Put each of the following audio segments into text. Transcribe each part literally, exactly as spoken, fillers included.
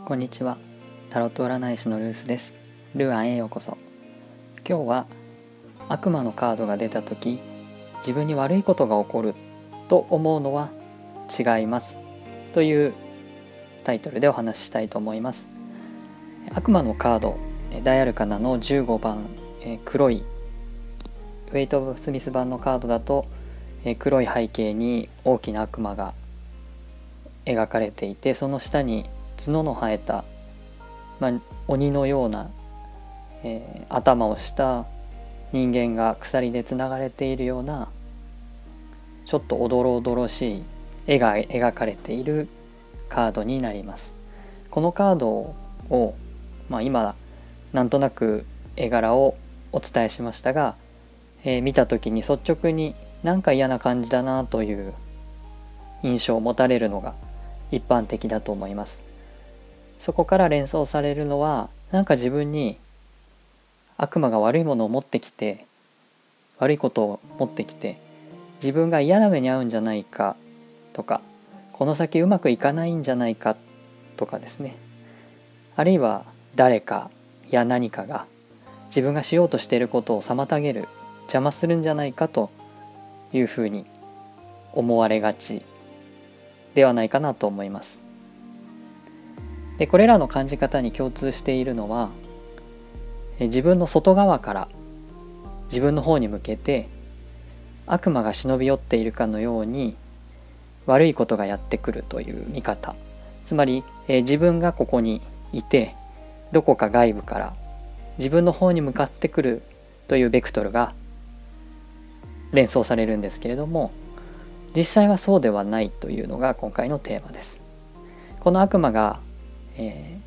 こんにちは。タロット占い師のルースです。ルーアンへようこそ。今日は悪魔のカードが出た時、自分に悪いことが起こると思うのは違いますというタイトルでお話ししたいと思います。悪魔のカード、大アルカナのじゅうごばん、黒いウェイト・オブ・スミス版のカードだと、黒い背景に大きな悪魔が描かれていて、その下に角の生えた、まあ、鬼のような、えー、頭をした人間が鎖でつながれているようなちょっとおどろおどろしい絵が描かれているカードになります。このカードを、まあ、今なんとなく絵柄をお伝えしましたが、えー、見た時に率直になんか嫌な感じだなという印象を持たれるのが一般的だと思います。そこから連想されるのは、なんか自分に悪魔が悪いものを持ってきて、悪いことを持ってきて、自分が嫌な目に遭うんじゃないかとか、この先うまくいかないんじゃないかとかですね。あるいは誰かや何かが自分がしようとしていることを妨げる、邪魔するんじゃないかというふうに思われがちではないかなと思います。で、これらの感じ方に共通しているのは、自分の外側から自分の方に向けて悪魔が忍び寄っているかのように悪いことがやってくるという見方。つまり、えー、自分がここにいて、どこか外部から自分の方に向かってくるというベクトルが連想されるんですけれども、実際はそうではないというのが今回のテーマです。この悪魔がえ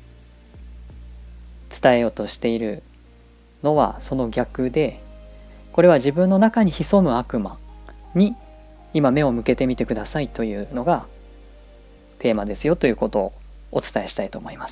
ー、伝えようとしているのはその逆で、これは自分の中に潜む悪魔に今目を向けてみてくださいというのがテーマですよということをお伝えしたいと思います。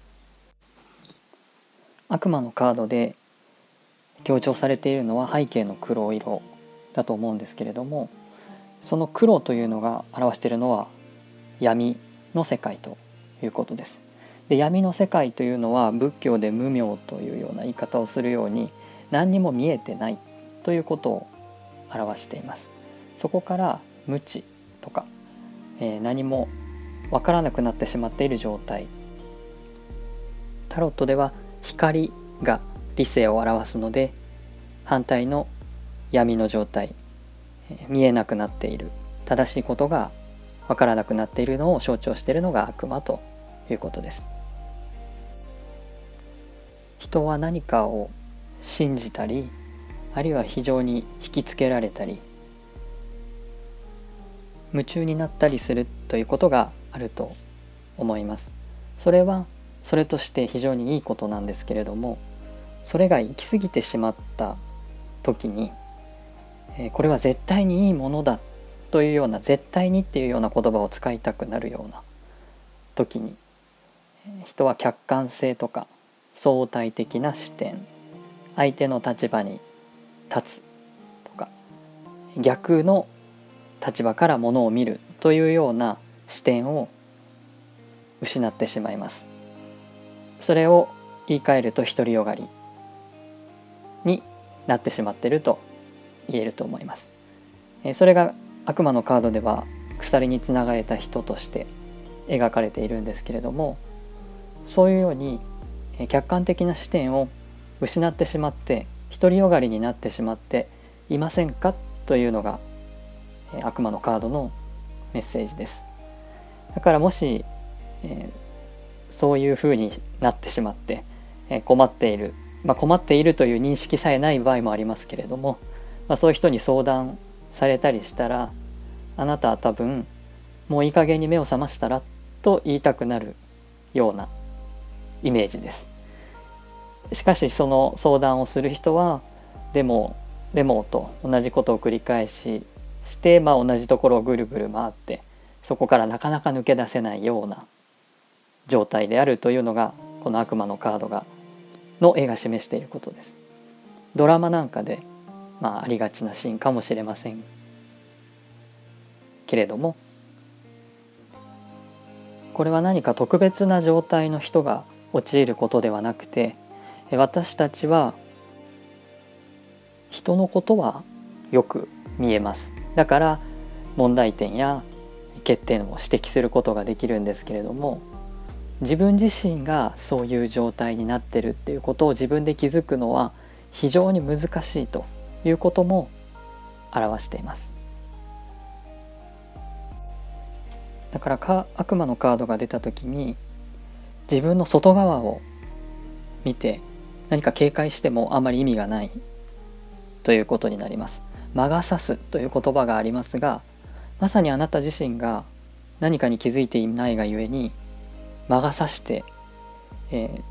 悪魔のカードで強調されているのは背景の黒色だと思うんですけれども、その黒というのが表しているのは闇の世界ということです。で、闇の世界というのは仏教で無明というような言い方をするように、何にも見えてないということを表しています。そこから無知とか、えー、何もわからなくなってしまっている状態。タロットでは光が理性を表すので、反対の闇の状態、えー、見えなくなっている、正しいことがわからなくなっているのを象徴しているのが悪魔ということです。人は何かを信じたり、あるいは非常に引きつけられたり、夢中になったりするということがあると思います。それはそれとして非常にいいことなんですけれども、それが行き過ぎてしまった時に、えー、これは絶対にいいものだというような、絶対にっていうような言葉を使いたくなるような時に、人は客観性とか相対的な視点、相手の立場に立つとか、逆の立場からものを見るというような視点を失ってしまいます。それを言い換えると独りよがりになってしまっていると言えると思います。それが悪魔のカードでは鎖につながれた人として描かれているんですけれども、そういうように客観的な視点を失ってしまって独りよがりになってしまっていませんかというのが悪魔のカードのメッセージです。だからもし、えー、そういうふうになってしまって、えー、困っている、まあ、困っているという認識さえない場合もありますけれども、まあ、そういう人に相談されたりしたら、あなたは多分もういい加減に目を覚ましたらと言いたくなるようなイメージです。しかしその相談をする人はでもでもと同じことを繰り返しして、まあ、同じところをぐるぐる回って、そこからなかなか抜け出せないような状態であるというのが、この悪魔のカードがの絵が示していることです。ドラマなんかで、まあ、ありがちなシーンかもしれませんけれども、 これは何か特別な状態の人が陥ることではなくて、私たちは人のことはよく見えます。だから問題点や欠点を指摘することができるんですけれども、自分自身がそういう状態になってるっていうことを自分で気づくのは非常に難しいということも表しています。だからか悪魔のカードが出た時に自分の外側を見て何か警戒してもあまり意味がないということになります。魔が差すという言葉がありますが、まさにあなた自身が何かに気づいていないがゆえに魔が差して、えー、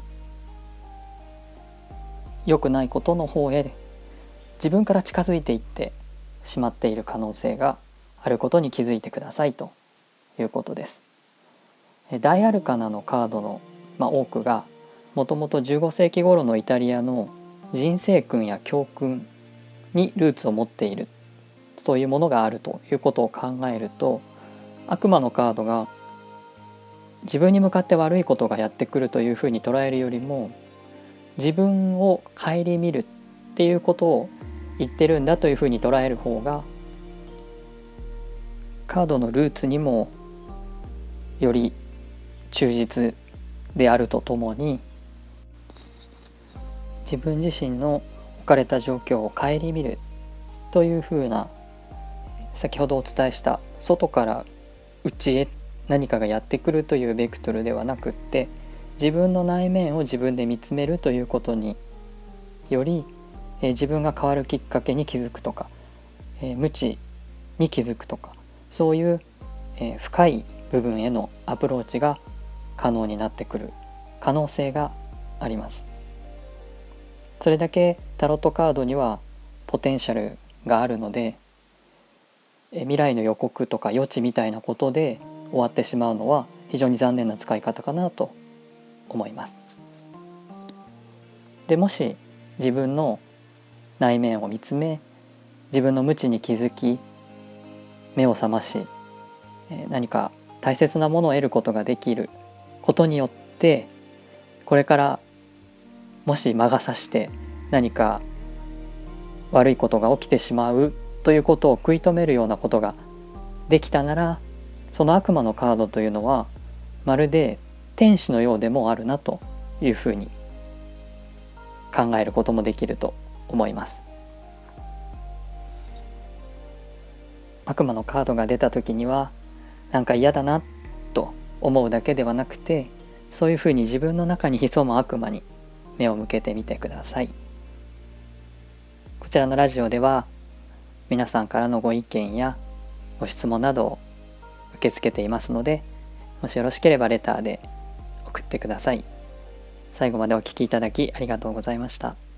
良くないことの方へ自分から近づいていってしまっている可能性があることに気づいてくださいということです。大アルカナのカードの、まあ、多くがもともとじゅうごせいき頃のイタリアの人生訓や教訓にルーツを持っている、そういうものがあるということを考えると、悪魔のカードが自分に向かって悪いことがやってくるというふうに捉えるよりも、自分を顧みるっていうことを言ってるんだというふうに捉える方が、カードのルーツにもより忠実であるとともに、自分自身の置かれた状況を顧みるというふうな、先ほどお伝えした外から内へ何かがやってくるというベクトルではなくって、自分の内面を自分で見つめるということにより、えー、自分が変わるきっかけに気づくとか、えー、無知に気づくとか、そういう、えー、深い部分へのアプローチが可能になってくる可能性があります。それだけタロットカードにはポテンシャルがあるので、えー、未来の予告とか予知みたいなことで終わってしまうのは非常に残念な使い方かなと思います。でもし自分の内面を見つめ、自分の無知に気づき、目を覚まし、何か大切なものを得ることができることによって、これからもし魔が差して何か悪いことが起きてしまうということを食い止めるようなことができたなら、その悪魔のカードというのはまるで天使のようでもあるなというふうに考えることもできると思います。悪魔のカードが出た時にはなんか嫌だなと思うだけではなくて、そういうふうに自分の中に潜む悪魔に目を向けてみてください。こちらのラジオでは皆さんからのご意見やご質問などを受け付けていますので、もしよろしければレターで送ってください。最後までお聞きいただきありがとうございました。